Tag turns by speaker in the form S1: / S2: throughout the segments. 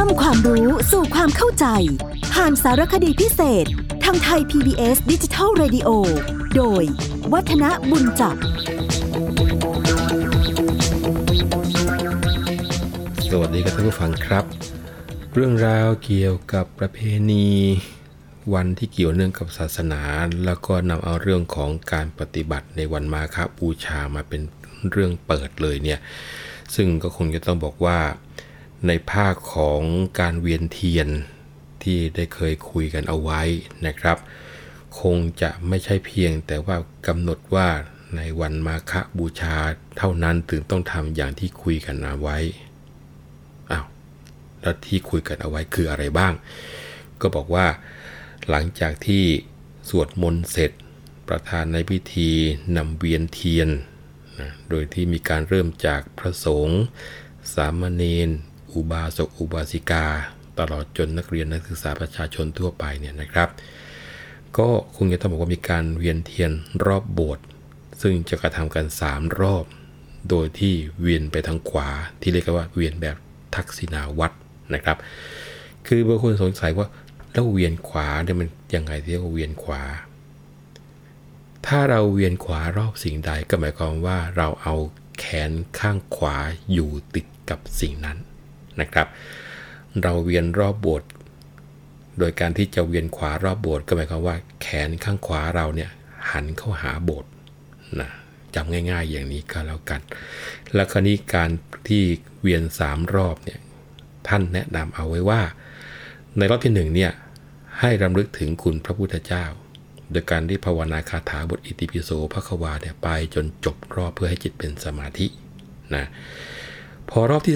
S1: ำความรู้สู่ความเข้าใจผ่านสารคดีพิเศษทางไทย PBS Digital Radio โดยวัฒนบุญจับ
S2: สวัสดีครับท่านผู้ฟังครับเรื่องราวเกี่ยวกับประเพณีวันที่เกี่ยวเนื่องกับศาสนาแล้วก็นำเอาเรื่องของการปฏิบัติในวันมาฆบูชามาเป็นเรื่องเปิดเลยเนี่ยซึ่งก็คงจะต้องบอกว่าในภาคของการเวียนเทียนที่ได้เคยคุยกันเอาไว้นะครับคงจะไม่ใช่เพียงแต่ว่ากำหนดว่าในวันมาฆบูชาเท่านั้นถึงต้องทำอย่างที่คุยกันเอาไว้แล้วที่คุยกันเอาไว้คืออะไรบ้างก็บอกว่าหลังจากที่สวดมนต์เสร็จประธานในพิธีนำเวียนเทียนนะโดยที่มีการเริ่มจากพระสงฆ์สามเณรอุบาสกอุบาสิกาตลอดจนนักเรียนนักศึกษาประชาชนทั่วไปเนี่ยนะครับก็คงจะต้องบอกว่ามีการเวียนเทียนรอบโบสถ์ซึ่งจะกระทำกัน3รอบโดยที่เวียนไปทางขวาที่เรียกว่าเวียนแบบทักษิณาวัตรนะครับคือบางคนสงสัยว่าแล้วเวียนขวาเนี่ยมันยังไงที่เรียกว่าเวียนขวาถ้าเราเวียนขวารอบสิ่งใดก็หมายความว่าเราเอาแขนข้างขวาอยู่ติดกับสิ่งนั้นนะครับเราเวียนรอบโบสถ์โดยการที่จะเวียนขวารอบโบสถ์ก็หมายความว่าแขนข้างขวาเราเนี่ยหันเข้าหาโบสถ์นะจำง่ายๆอย่างนี้ก็แล้วกันแล้วคราวนี้การที่เวียน3รอบเนี่ยท่านแนะนำเอาไว้ว่าในรอบที่1เนี่ยให้รำลึกถึงคุณพระพุทธเจ้าโดยการที่ภาวนาคาถาบทอิติปิโสภควาเนี่ยไปจนจบรอบเพื่อให้จิตเป็นสมาธินะพอรอบที่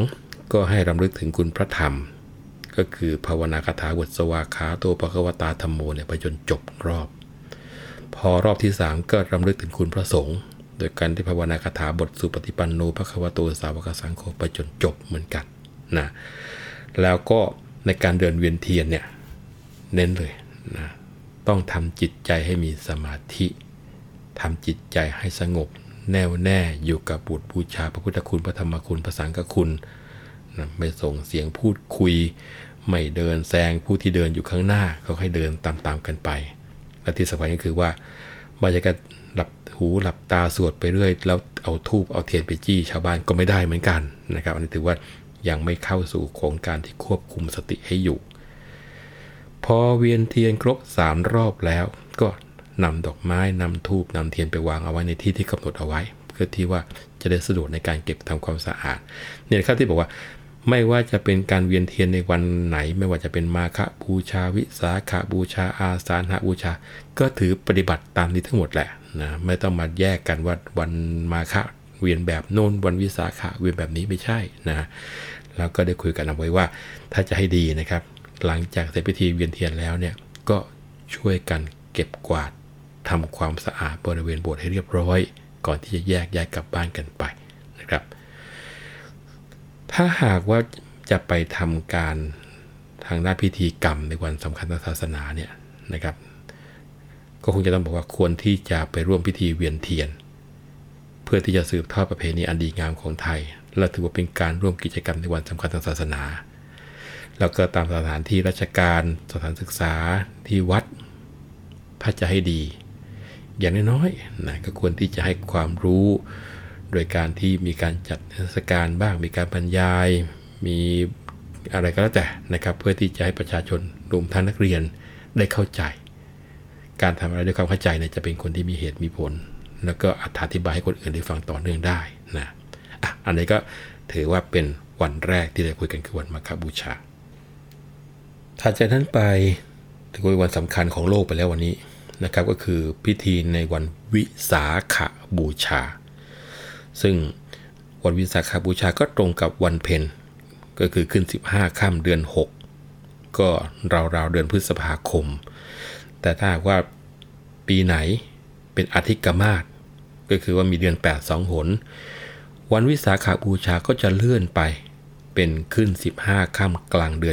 S2: 2ก็ให้รำลึกถึงคุณพระธรรมก็คือภาวนาคาถาบทสวากขาโตภควตาธัมโมเนี่ยไปจนจบรอบพอรอบที่3ก็รำลึกถึงคุณพระสงฆ์โดยการที่ภาวนาคาถาบทสุปฏิปันโนภควโตสาวกสังโฆไปจนจบเหมือนกันนะแล้วก็ในการเดินเวียนเทียนเนี่ยเน้นเลยนะต้องทำจิตใจให้มีสมาธิทำจิตใจให้สงบแน่วแน่อยู่กับบุตรบูชาพระพุทธคุณพระธรรมคุณพระสังฆคุณนะไม่ส่งเสียงพูดคุยไม่เดินแซงผู้ที่เดินอยู่ข้างหน้าเขาให้เดินตามๆกันไปและที่สำคัญก็คือว่าไม่ใช่การหลับหูหลับตาสวดไปเรื่อยแล้วเอาธูปเอาเทียนไปจี้ชาวบ้านก็ไม่ได้เหมือนกันนะครับอันนี้ถือว่ายังไม่เข้าสู่โครงการที่ควบคุมสติให้อยู่พอเวียนเทียนครบ3รอบแล้วก็นำดอกไม้นำธูปนำเทียนไปวางเอาไว้ในที่ที่กำหนดเอาไว้เพื่อที่ว่าจะได้สะดวกในการเก็บทำความสะอาดเนี่ยครับที่บอกว่าไม่ว่าจะเป็นการเวียนเทียนในวันไหนไม่ว่าจะเป็นมาฆบูชาวิสาขบูชาอาสาฬหบูชาก็ถือปฏิบัติตามนี้ทั้งหมดแหละนะไม่ต้องมาแยกกันว่าวันมาฆเวียนแบบโน้นวันวิสาขะเวียนแบบนี้ไม่ใช่นะแล้วก็ได้คุยกันเอาไว้ว่าถ้าจะให้ดีนะครับหลังจากเสร็จพิธีเวียนเทียนแล้วเนี่ยก็ช่วยกันเก็บกวาดทำความสะอาดบริเวณโบสถ์ให้เรียบร้อยก่อนที่จะแยกย้ายกลับบ้านกันไปนะครับถ้าหากว่าจะไปทำการทางด้านพิธีกรรมในวันสำคัญทางศาสนาเนี่ยนะครับก็คงจะต้องบอกว่าควรที่จะไปร่วมพิธีเวียนเทียนเพื่อที่จะสืบทอดประเพณีอันดีงามของไทยและถือว่าเป็นการร่วมกิจกรรมในวันสำคัญทางศาสนาแล้วก็ตามสถานที่ราชการสถานศึกษาที่วัดถ้าจะให้ดีอย่างน้อยๆนะก็ควรที่จะให้ความรู้โดยการที่มีการจัดเทศกาลบ้างมีการบรรยายมีอะไรก็แล้วแต่นะครับเพื่อที่จะให้ประชาชนรวมทั้งนักเรียนได้เข้าใจการทำอะไรด้วยความเข้าใจเนี่ยจะเป็นคนที่มีเหตุมีผลแล้วก็อธิบายให้คนอื่นได้ฟังต่อเนื่องได้นะอันนี้ก็ถือว่าเป็นวันแรกที่ได้คุยกันคือวันมาฆบูชาถัดจากนั้นไปถือว่าวันสำคัญของโลกไปแล้ววันนี้นะครับก็คือพิธีในวันวิสาขบูชาซึ่งวันวิสาขบูชาก็ตรงกับวันเพ็ญก็คือขึ้น15ค่ำเดือน6ก็ราวๆเดือนพฤษภาคมแต่ถ้าว่าปีไหนเป็นอาทิตย์กมาศก็คือว่ามีเดือน8 2 หนวันวิสาขบูชาก็จะเลื่อนไปเป็นขึ้น15ค่ำกลางเดือน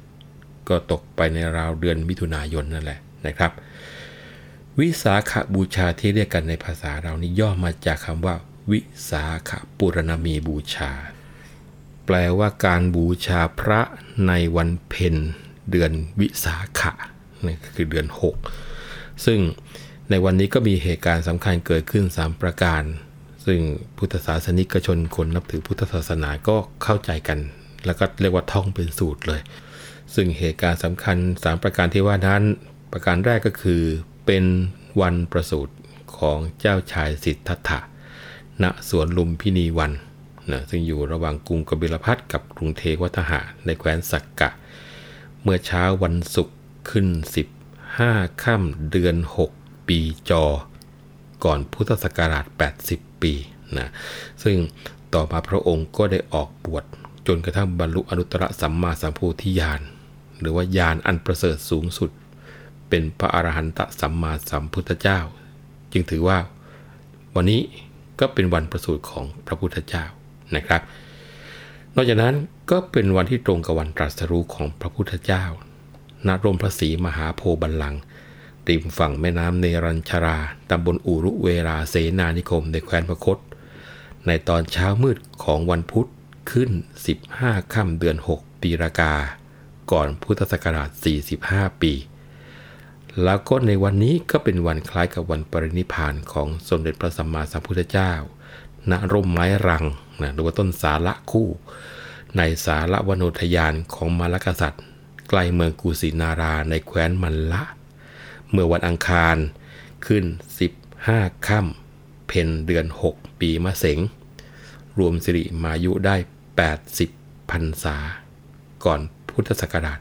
S2: 7ก็ตกไปในราวเดือนมิถุนายนนั่นแหละนะครับวิสาขบูชาที่เรียกกันในภาษาเรานี่ย่อมาจากคำว่าวิสาขบูรณมีบูชาแปลว่าการบูชาพระในวันเพ็ญเดือนวิสาขะนี่คือเดือน6ซึ่งในวันนี้ก็มีเหตุการณ์สำคัญเกิดขึ้น3ประการซึ่งพุทธศาสนิกชนคนนับถือพุทธศาสนาก็เข้าใจกันแล้วก็เรียกว่าท่องเป็นสูตรเลยซึ่งเหตุการณ์สำคัญ3ประการที่ว่านั้นประการแรกก็คือเป็นวันประสูติของเจ้าชายสิทธัตถะณสวนลุมพินีวันนะซึ่งอยู่ระหว่างกรุงกบิลพัสกับกรุงเทวทหะในแคว้นสักกะเมื่อเช้าวันศุกร์ขึ้น15ค่ำเดือน6ปีจอก่อนพุทธศักราช80ปีนะซึ่งต่อมาพระองค์ก็ได้ออกบวชจนกระทั่งบรรลุอนุตตรสัมมาสัมโพธิญาณหรือว่าญาณอันประเสริฐสูงสุดเป็นพระอรหันตสัมมาสัมพุทธเจ้าจึงถือว่าวันนี้ก็เป็นวันประสูติของพระพุทธเจ้านะครับนอกจากนั้นก็เป็นวันที่ตรงกับวันตรัสรู้ของพระพุทธเจ้าณร่มพระศรีมหาโพธิ์บัลลังก์ริมฝั่งแม่น้ำเนรัญชราตำบลอุรุเวราเสนานิคมในแคว้นพคตในตอนเช้ามืดของวันพุธขึ้น15ค่ำเดือน6ปีรากาก่อนพุทธศักราช45ปีแล้วก็ในวันนี้ก็เป็นวันคล้ายกับวันปรินิพพานของสมเด็จพระสัมมาสัมพุทธเจ้าณร่มไม้รังหรือว่าต้นสาละคู่ในสาละวโนทยานของมลกษัตริย์ใกล้เมืองกุสินาราในแคว้นมัลละเมื่อวันอังคารขึ้น15ค่ำเพ็ญเดือน6ปีมะเสงรวมสิริมายุได้80พรรษาก่อนพุทธศักราช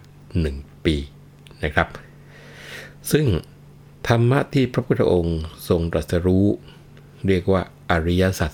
S2: 1ปีนะครับซึ่งธรรมะที่พระพุทธองค์ทรงตรัสรู้เรียกว่าอริยสัจ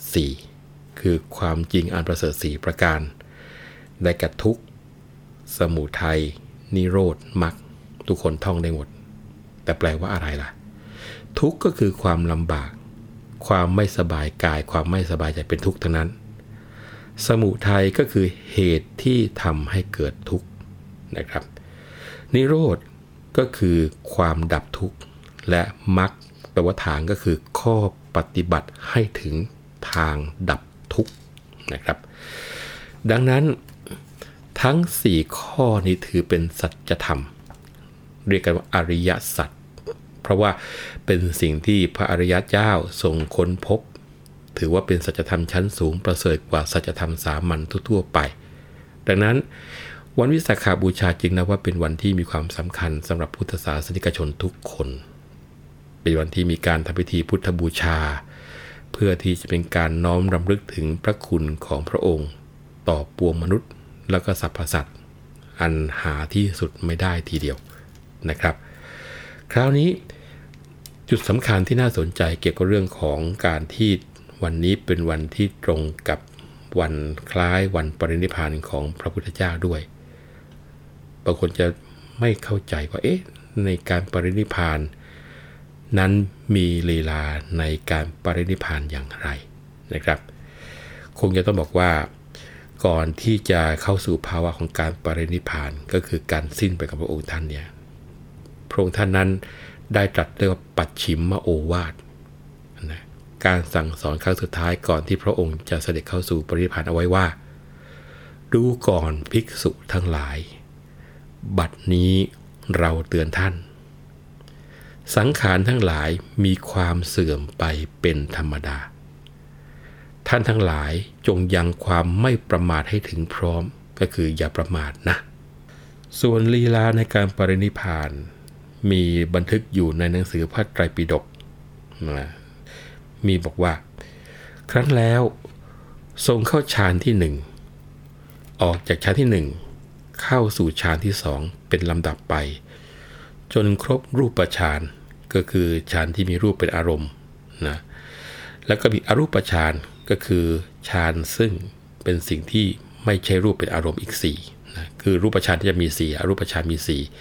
S2: 4คือความจริงอันประเสริฐ4ประการได้แก่ทุกข์สมุทัยนิโรธมรรคทุกคนท่องได้หมดแต่แปลว่าอะไรล่ะทุกข์ก็คือความลำบากความไม่สบายกายความไม่สบายใจเป็นทุกข์ทั้งนั้นสมุทัยก็คือเหตุที่ทำให้เกิดทุกข์นะครับนิโรธก็คือความดับทุกข์และมรรคแปลว่าทางก็คือข้อปฏิบัติให้ถึงทางดับทุกข์นะครับดังนั้นทั้ง4ข้อนี้ถือเป็นสัจธรรมเรียกกันว่าอริยสัจเพราะว่าเป็นสิ่งที่พระอริยเจ้าทรงค้นพบถือว่าเป็นสัจธรรมชั้นสูงประเสริฐกว่าสัจธรรมสามัญทั่วไปดังนั้นวันวิสาขบูชาจึงนับว่าเป็นวันที่มีความสำคัญสำหรับพุทธศาสนิกชนทุกคนเป็นวันที่มีการทำพิธีพุทธบูชาเพื่อที่จะเป็นการน้อมรำลึกถึงพระคุณของพระองค์ต่อปวงมนุษย์แล้วก็สรรพสัตว์อันหาที่สุดไม่ได้ทีเดียวนะครับคราวนี้จุดสำคัญที่น่าสนใจเกี่ยวกับเรื่องของการที่วันนี้เป็นวันที่ตรงกับวันคล้ายวันปรินิพพานของพระพุทธเจ้าด้วยบางคนจะไม่เข้าใจว่าในการปรินิพพานนั้นมีลีลาในการปรินิพพานอย่างไรนะครับคงจะต้องบอกว่าก่อนที่จะเข้าสู่ภาวะของการปรินิพพานก็คือการสิ้นไปกับพระองค์ท่านเนี่ยพระองค์ท่านนั้นได้ตรัสเรียกว่าปัจฉิมโอวาทนะการสั่งสอนครั้งสุดท้ายก่อนที่พระองค์จะเสด็จเข้าสู่ปรินิพพานเอาไว้ว่าดูก่อนภิกษุทั้งหลายบัดนี้เราเตือนท่านสังขารทั้งหลายมีความเสื่อมไปเป็นธรรมดาท่านทั้งหลายจงยังความไม่ประมาทให้ถึงพร้อมก็คืออย่าประมาทนะส่วนลีลาในการปรินิพพานมีบันทึกอยู่ในหนังสือพระไตรปิฎกมีบอกว่าครั้นแล้วทรงเข้าฌานที่1ออกจากฌานที่1เข้าสู่ฌานที่2เป็นลำดับไปจนครบรูปฌานก็คือฌานที่มีรูปเป็นอารมณ์นะแล้วก็มีอรูปฌานก็คือฌานซึ่งเป็นสิ่งที่ไม่ใช่รูปเป็นอารมณ์อีก4นะคือรูปฌานที่จะมี4อรูปฌานมี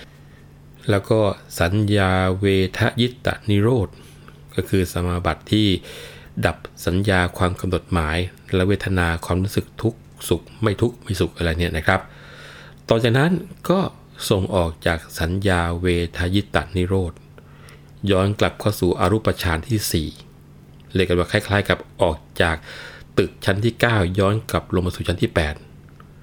S2: 4แล้วก็สัญญาเวทยิตตนิโรธก็คือสมาบัติที่ดับสัญญาความกำหนดหมายและเวทนาความรู้สึกทุกข์สุขไม่ทุกข์ไม่สุขอะไรเนี่ยนะครับต่อจากนั้นก็ส่งออกจากสัญญาเวทยิตตนิโรธย้อนกลับเข้าสู่อรูปฌานที่4เรียกกันว่าคล้ายๆกับออกจากตึกชั้นที่9ย้อนกลับลงมาสู่ชั้นที่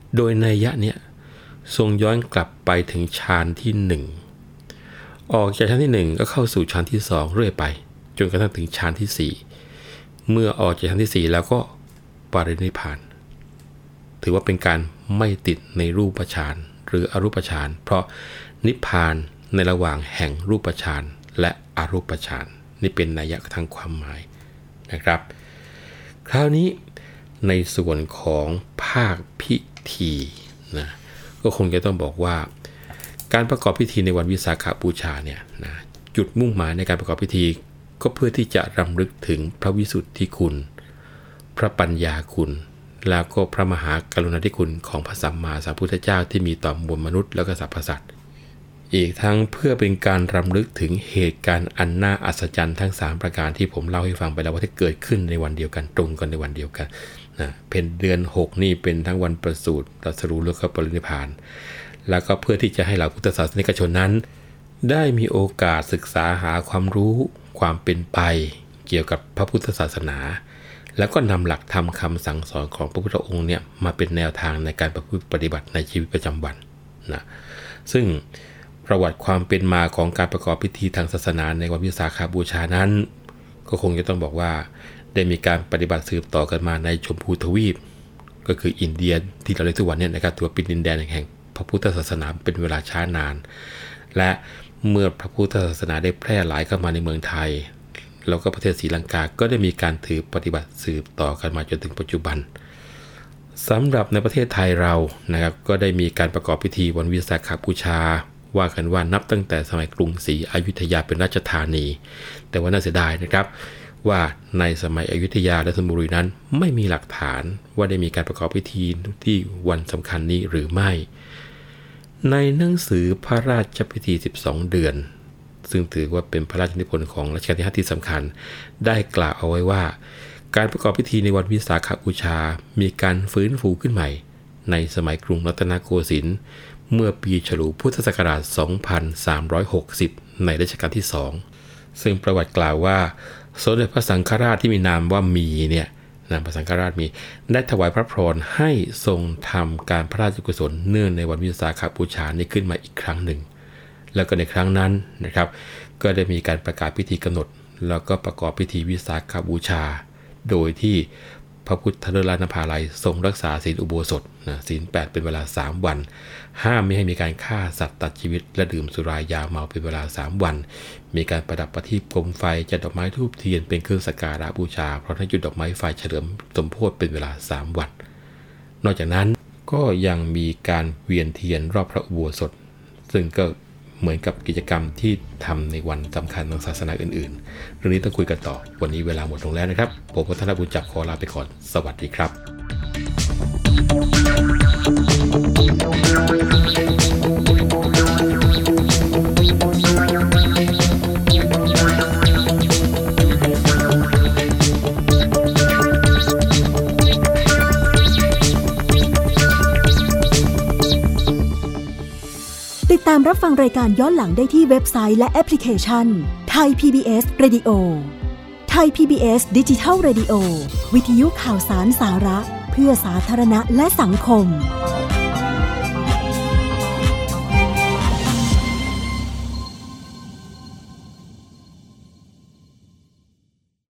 S2: โดยนัยยะเนี่ยทรงย้อนกลับไปถึงฌานที่1ออกจากฌานที่1ก็เข้าสู่ฌานที่2เรื่อยไปจนกระทั่งถึงฌานที่4เมื่อออกจากฌานที่4แล้วก็ปรินิพพานถือว่าเป็นการไม่ติดในรูปฌานหรืออรูปฌานเพราะนิพพานในระหว่างแห่งรูปฌานและอรูปฌานนี่เป็นนัยยะทางความหมายนะครับคราวนี้ในส่วนของภาคพิธีนะก็คงจะต้องบอกว่าการประกอบพิธีในวันวิสาขบูชาเนี่ยนะจุดมุ่งหมายในการประกอบพิธีก็เพื่อที่จะรำลึกถึงพระวิสุทธิคุณพระปัญญาคุณแล้วก็พระมหากรุณาธิคุณของพระสัมมาสัมพุทธเจ้าที่มีต่อมวลมนุษย์แล้วก็สรรพสัตว์อีกทั้งเพื่อเป็นการรำลึกถึงเหตุการณ์อันน่าอัศจรรย์ทั้ง3ประการที่ผมเล่าให้ฟังไปแล้วว่าที่เกิดขึ้นในวันเดียวกันตรงกันในวันเดียวกันนะเป็นเดือน6นี่เป็นทั้งวันประสูติตรัสรู้แล้วก็ปรินิพพานแล้วก็เพื่อที่จะให้เหล่าพุทธศาสนิกชนนั้นได้มีโอกาสศึกษาหาความรู้ความเป็นไปเกี่ยวกับพระพุทธศาสนาแล้วก็นำหลักธรรมคำสั่งสอนของพระพุทธองค์เนี่ยมาเป็นแนวทางในการประพฤติปฏิบัติในชีวิตประจำวันนะซึ่งประวัติความเป็นมาของการประกอบพิธีทางศาสนาในวันวิสาขบูชานั้นก็คงจะต้องบอกว่าได้มีการปฏิบัติสืบต่อกันมาในชมพูทวีปก็คืออินเดียที่เราเรียกทุกวันนี้นะครับถือว่าเป็นดินแดนแห่งพระพุทธศาสนาเป็นเวลาช้านานและเมื่อพระพุทธศาสนาได้แพร่หลายเข้ามาในเมืองไทยแล้วก็ประเทศศรีลังกาก็ได้มีการถือปฏิบัติสืบต่อกันมาจนถึงปัจจุบันสำหรับในประเทศไทยเรานะครับก็ได้มีการประกอบพิธีวันวิสาขบูชาว่ากันว่านับตั้งแต่สมัยกรุงศรีอยุธยาเป็นราชธานีแต่ว่าน่าเสียดายนะครับว่าในสมัยอยุธยาและธนบุรีนั้นไม่มีหลักฐานว่าได้มีการประกอบพิธีที่วันสำคัญนี้หรือไม่ในหนังสือพระราชพิธี12เดือนซึ่งถือว่าเป็นพระราชนิพนธ์ของรัชกาลที่5ที่สำคัญได้กล่าวเอาไว้ว่าการประกอบพิธีในวันวิสาขบูชามีการฟื้นฟูขึ้นใหม่ในสมัยกรุงรัตนโกสินทร์เมื่อปีฉลูพุทธศักราช 2360 ในรัชกาลที่2ซึ่งประวัติกล่าวว่าสมเด็จพระสังฆราชที่มีนามว่ามีเนี่ยนามพระสังฆราชมีได้ถวายพระพรให้ทรงทำการพระราชกุศลเนื่องในวันวิสาขบูชานี้ขึ้นมาอีกครั้งหนึ่งแล้วก็ในครั้งนั้นนะครับก็ได้มีการประกาศพิธีกำหนดแล้วก็ประกอบพิธีวิสาขบูชาโดยที่พระพุทธเลิศราชนภาลัยทรงรักษาศีลอุโบสถศีล8เป็นเวลา3วันห้ามไม่ให้มีการฆ่าสัตว์ตัดชีวิตและดื่มสุรายาเมาเป็นเวลา3วันมีการประดับประทีปโคมไฟจัดดอกไม้ธูปเทียนเป็นเครื่องสักการะบูชาพร้อมทั้งจุดดอกไม้ไฟเฉลิมสมโภชเป็นเวลา3วันนอกจากนั้นก็ยังมีการเวียนเทียนรอบพระอุโบสถซึ่งก็เหมือนกับกิจกรรมที่ทำในวันสำคัญทางศาสนาอื่นๆเรื่องนี้ต้องคุยกันต่อวันนี้เวลาหมดลงแล้วนะครับผมวัฒนบุญจับขอลาไปก่อนสวัสดีครับ
S1: ติดตามรับฟังรายการย้อนหลังได้ที่เว็บไซต์และแอปพลิเคชัน Thai PBS Radio Thai PBS Digital Radio วิทยุข่าวสารสาระเพื่อสาธารณะและสังคม